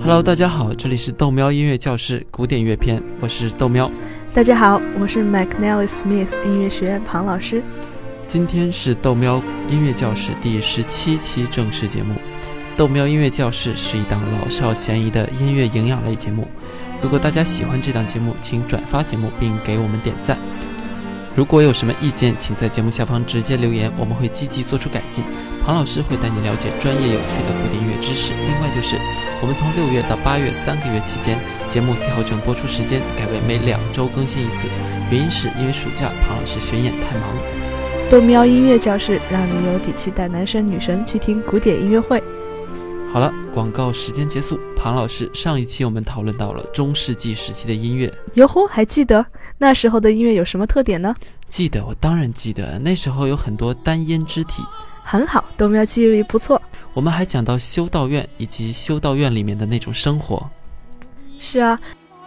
Hello， 大家好，这里是豆喵音乐教室古典乐篇，我是豆喵。 大家好，我是 McNally Smith 音乐学院庞老师。 今天是豆喵音乐教室第17期正式节目。豆喵音乐教室是一档老少咸宜的音乐营养类节目。如果大家喜欢这档节目，请转发节目并给我们点赞。如果有什么意见，请在节目下方直接留言，我们会积极做出改进。庞老师会带你了解专业有趣的古典音乐知识。另外就是我们从6月到8月3个月期间，节目调整播出时间，改为每2周更新一次，原因是因为暑假庞老师巡演太忙。 豆喵音乐教室让你有底气带男神女神去听古典音乐会。 好了，广告时间结束。庞老师，上一期我们讨论到了中世纪时期的音乐。 哟吼，还记得那时候的音乐有什么特点呢？ 记得，我当然记得，那时候有很多单音肢体。 很好，豆喵记忆力不错。 我们还讲到修道院以及修道院里面的那种生活。 是啊，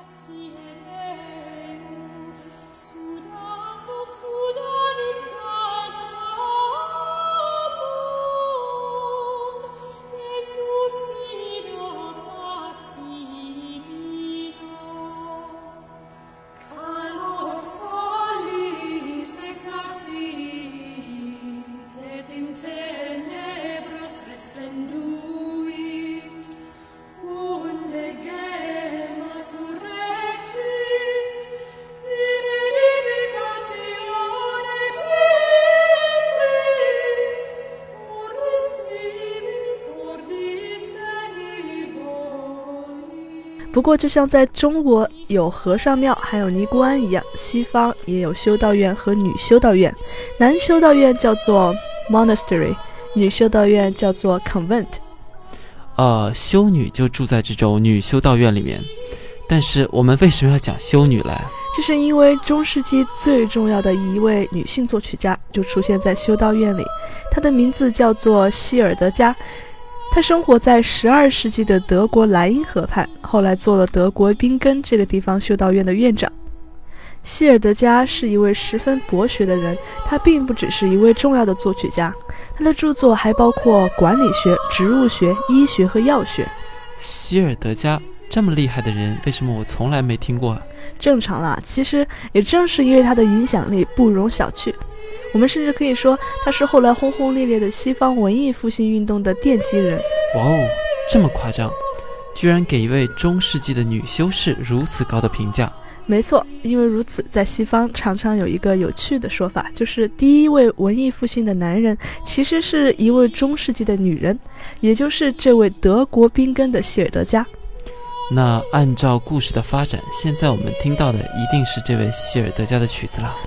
不过就像在中国有和尚庙还有尼姑庵一样，西方也有修道院和女修道院。男修道院叫做 monastery， 女修道院叫做 convent。 修女就住在这种女修道院里面。但是我们为什么要讲修女来？ 这是因为中世纪最重要的一位女性作曲家就出现在修道院里，她的名字叫做希尔德加。他生活在12世纪的德国莱茵河畔，后来做了德国宾根这个地方修道院的院长。希尔德加是一位十分博学的人，他并不只是一位重要的作曲家，他的著作还包括管理学、植物学、医学和药学。 希尔德加这么厉害的人，为什么我从来没听过？ 正常啦，其实也正是因为他的影响力不容小觑。我们甚至可以说他是后来轰轰烈烈的西方文艺复兴运动的奠基人。 哇哦，这么夸张，居然给一位中世纪的女修士如此高的评价。 没错，因为如此，在西方常常有一个有趣的说法，就是第一位文艺复兴的男人其实是一位中世纪的女人，也就是这位德国宾根的希尔德加。 那按照故事的发展，现在我们听到的一定是这位希尔德加的曲子了。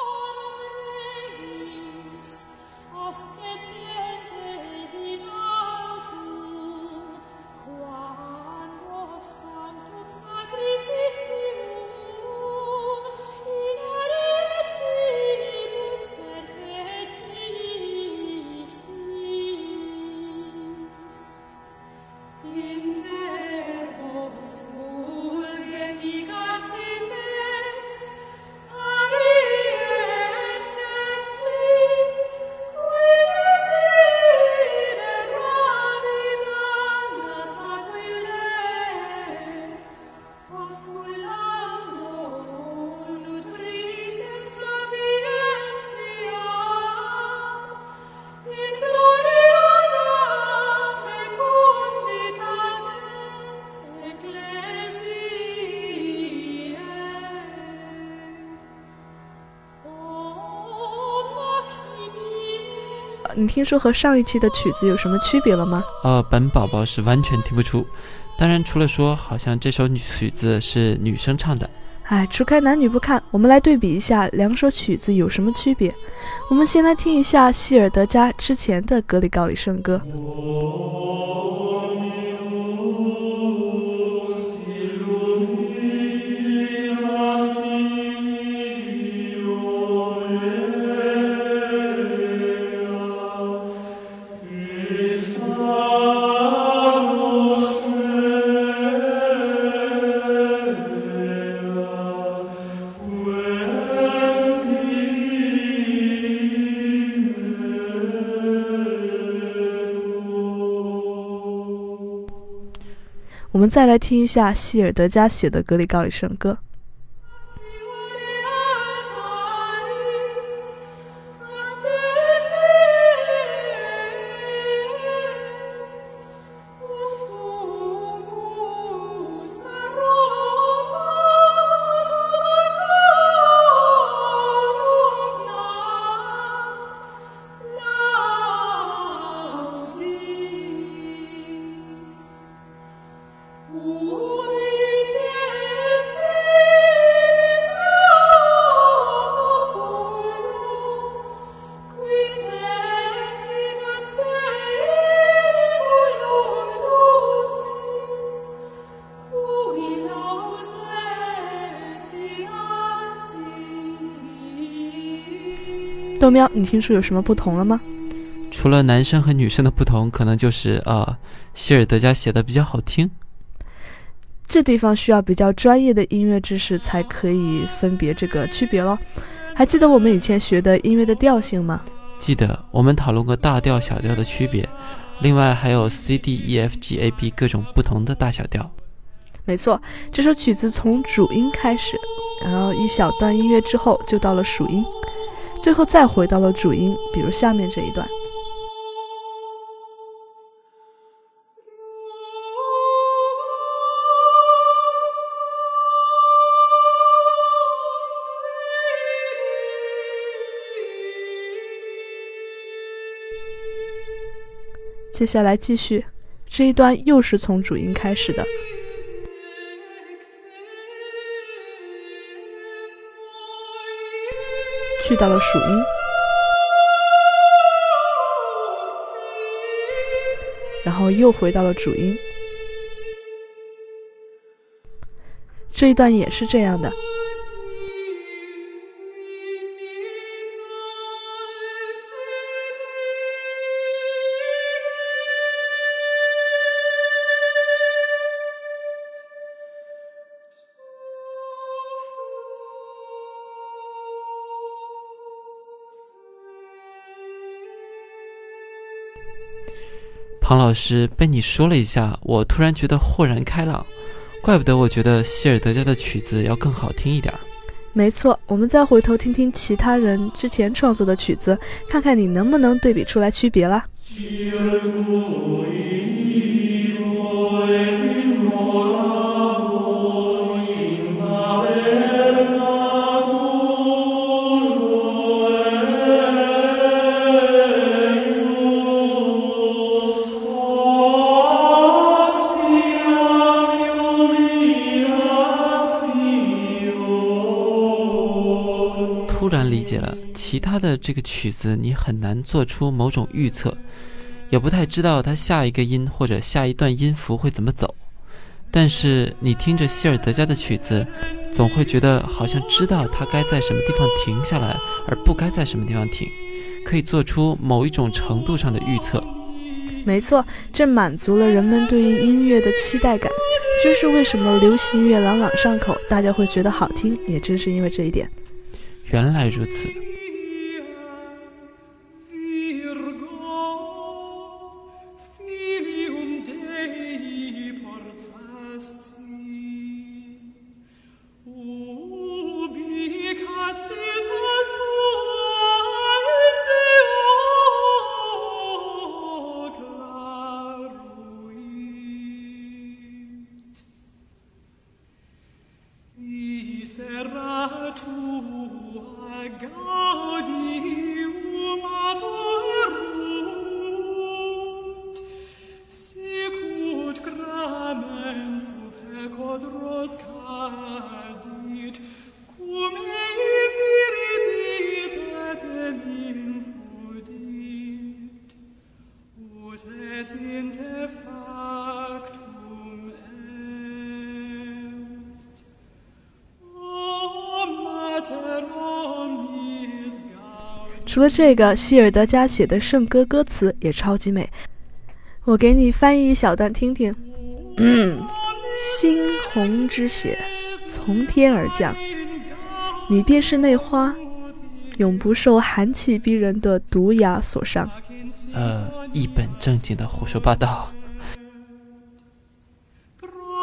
你听说和上一期的曲子有什么区别了吗？ 本宝宝是完全听不出，当然除了说好像这首曲子是女生唱的。 除开男女不看，我们来对比一下两首曲子有什么区别。我们先来听一下希尔德加之前的格里高里圣歌。 们再来听一下希尔德加写的格里高里圣歌。豆喵，你听出有什么不同了吗？ 除了男生和女生的不同，可能就是希尔德加写的比较好听。 这地方需要比较专业的音乐知识才可以分别这个区别咯。还记得我们以前学的音乐的调性吗？ 记得，我们讨论过大调小调的区别，另外还有 C、D、E、F、G、A、B 各种不同的大小调。 没错，这首曲子从主音开始，然后一小段音乐之后就到了属音，最后再回到了主音，比如下面这一段。接下来继续，这一段又是从主音开始的。去到了属音，然后又回到了主音。这一段也是这样的。 庞老师，被你说了一下，我突然觉得豁然开朗，怪不得我觉得希尔德加的曲子要更好听一点。 没错，我们再回头听听其他人之前创作的曲子，看看你能不能对比出来区别啦。 突然理解了，其他的这个曲子你很难做出某种预测，也不太知道它下一个音或者下一段音符会怎么走。但是你听着希尔德加的曲子，总会觉得好像知道它该在什么地方停下来，而不该在什么地方停，可以做出某一种程度上的预测。 没错，这满足了人们对于音乐的期待感。这是为什么流行音乐朗朗上口，大家会觉得好听，也正是因为这一点。 原来如此。 除了这个，希尔德加写的圣歌歌词也超级美，我给你翻译一小段听听。猩红之血从天而降，你便是那花，永不受寒气逼人的毒牙所伤。 一本正经的胡说八道。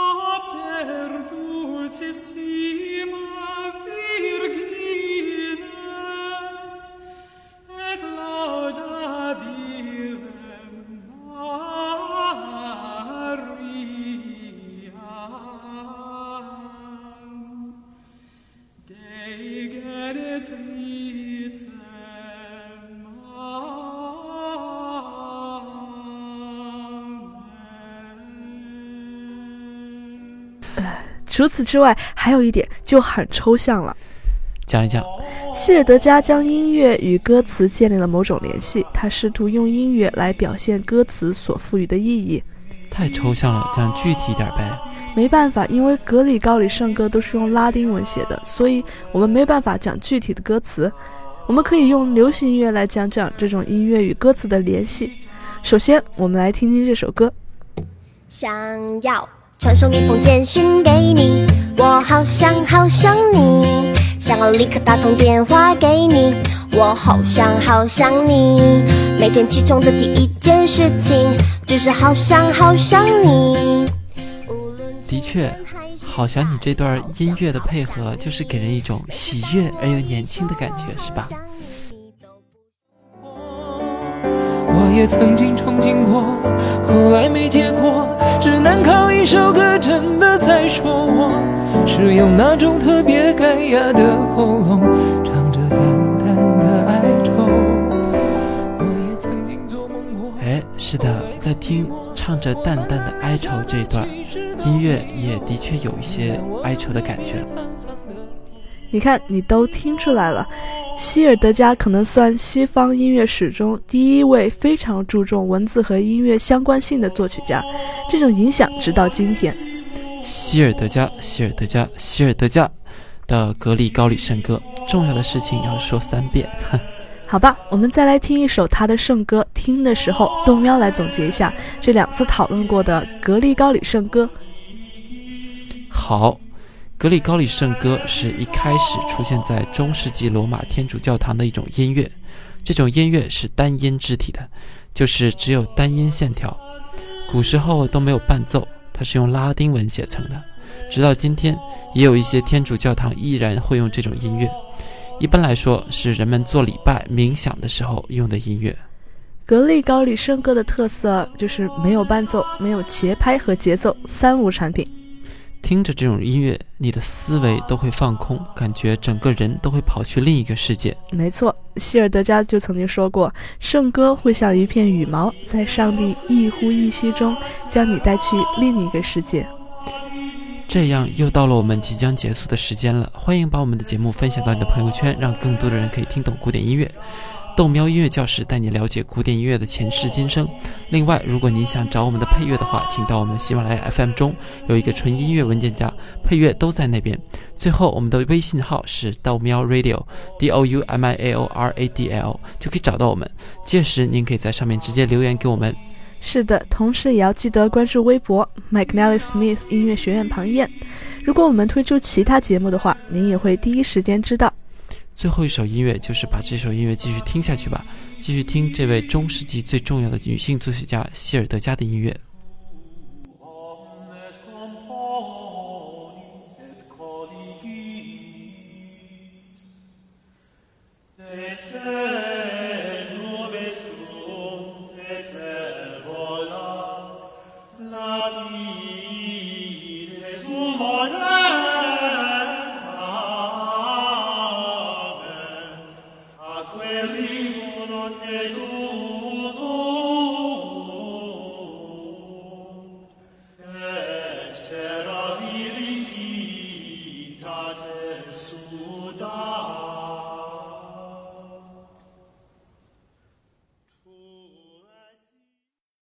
除此之外，还有一点就很抽象了。 讲一讲。 希尔德加将音乐与歌词建立了某种联系，他试图用音乐来表现歌词所赋予的意义。 太抽象了，讲具体一点呗。 没办法，因为格里高里圣歌都是用拉丁文写的，所以我们没办法讲具体的歌词。我们可以用流行音乐来讲讲这种音乐与歌词的联系。首先，我们来听听这首歌。 想要传送一封简讯给你，我好想好想你，想要立刻打通电话给你，我好想好想你，每天起床的第一件事情就是好想好想你。 的确，好想你这段音乐的配合就是给人一种喜悦而又年轻的感觉，是吧？ 我也曾经憧憬过，后来没结果，只能靠一首歌真的在说我是用那种特别干哑的喉咙唱着淡淡的哀愁。我也曾经做梦过， 是的，在听唱着淡淡的哀愁这一段音乐也的确有一些哀愁的感觉。 你看，你都听出来了，希尔德加可能算西方音乐史中第一位非常注重文字和音乐相关性的作曲家，这种影响直到今天。 希尔德加的格里高里圣歌，重要的事情要说3遍。 好吧，我们再来听一首他的圣歌，听的时候豆喵来总结一下这2次讨论过的格里高里圣歌。 好，格里高里圣歌是一开始出现在中世纪罗马天主教堂的一种音乐，这种音乐是单音肢体的，就是只有单音线条，古时候都没有伴奏，它是用拉丁文写成的。直到今天，也有一些天主教堂依然会用这种音乐，一般来说是人们做礼拜冥想的时候用的音乐。 格里高里圣歌的特色就是没有伴奏，没有节拍和节奏，3无产品。 听着这种音乐，你的思维都会放空，感觉整个人都会跑去另一个世界。 没错，希尔德加就曾经说过，圣歌会像一片羽毛，在上帝一呼一吸中将你带去另一个世界。 这样又到了我们即将结束的时间了，欢迎把我们的节目分享到你的朋友圈，让更多的人可以听懂古典音乐。豆喵音乐教室带你了解古典音乐的前世今生。另外，如果你想找我们的配乐的话，请到我们喜马拉雅 FM 中有一个纯音乐文件夹，配乐都在那边。最后，我们的微信号是豆喵 Radio DOUMIAORADL， 就可以找到我们。届时您可以在上面直接留言给我们。 是的，同时也要记得关注微博 McNally Smith 音乐学院庞燕。如果我们推出其他节目的话，您也会第一时间知道。 最后一首音乐就是把这首音乐继续听下去吧，继续听这位中世纪最重要的女性作曲家希尔德加的音乐。